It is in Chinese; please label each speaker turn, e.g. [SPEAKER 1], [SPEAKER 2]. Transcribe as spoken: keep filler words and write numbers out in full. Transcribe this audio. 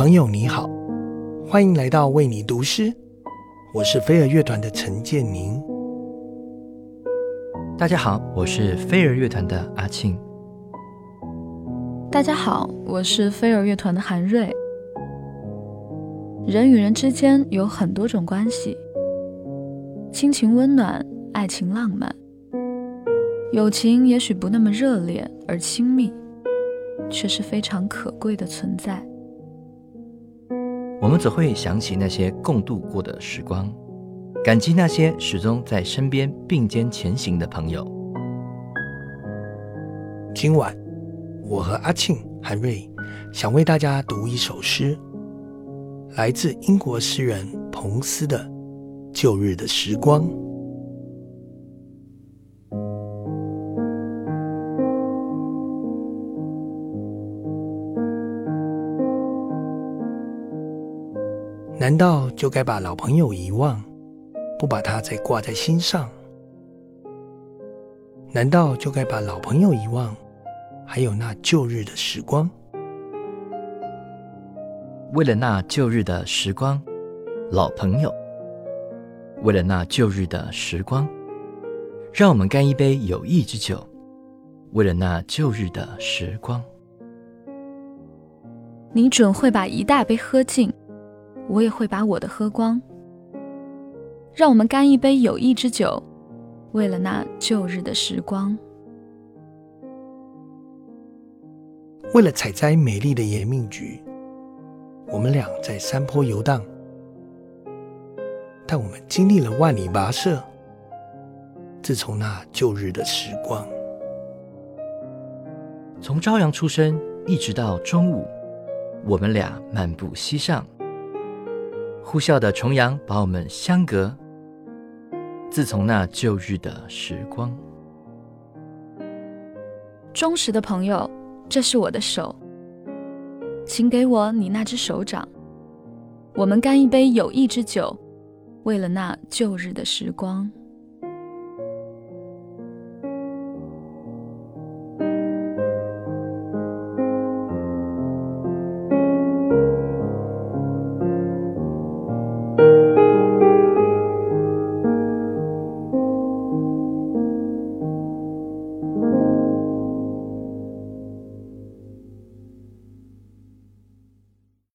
[SPEAKER 1] 朋友你好，欢迎来到为你读诗，我是飞儿乐团的陈建宁。
[SPEAKER 2] 大家好，我是飞儿乐团的阿庆。
[SPEAKER 3] 大家好，我是飞儿乐团的韩瑞。人与人之间有很多种关系，亲情温暖，爱情浪漫，友情也许不那么热烈而亲密，却是非常可贵的存在。
[SPEAKER 2] 我们只会想起那些共度过的时光，感激那些始终在身边并肩前行的朋友。
[SPEAKER 1] 今晚我和阿庆、韩瑞想为大家读一首诗，来自英国诗人彭斯的《旧日的时光》。难道就该把老朋友遗忘，不把他再挂在心上？难道就该把老朋友遗忘，还有那旧日的时光？
[SPEAKER 2] 为了那旧日的时光，老朋友，为了那旧日的时光，让我们干一杯友谊之酒，为了那旧日的时光。
[SPEAKER 3] 你准会把一大杯喝尽，我也会把我的喝光。让我们干一杯友谊之酒，为了那旧日的时光。
[SPEAKER 1] 为了采摘美丽的野蜜菊，我们俩在山坡游荡，但我们经历了万里跋涉。自从那旧日的时光，
[SPEAKER 2] 从朝阳出生一直到中午，我们俩漫步溪上，呼啸的重阳把我们相隔。自从那旧日的时光。
[SPEAKER 3] 忠实的朋友，这是我的手，请给我你那只手掌，我们干一杯友谊之酒，为了那旧日的时光。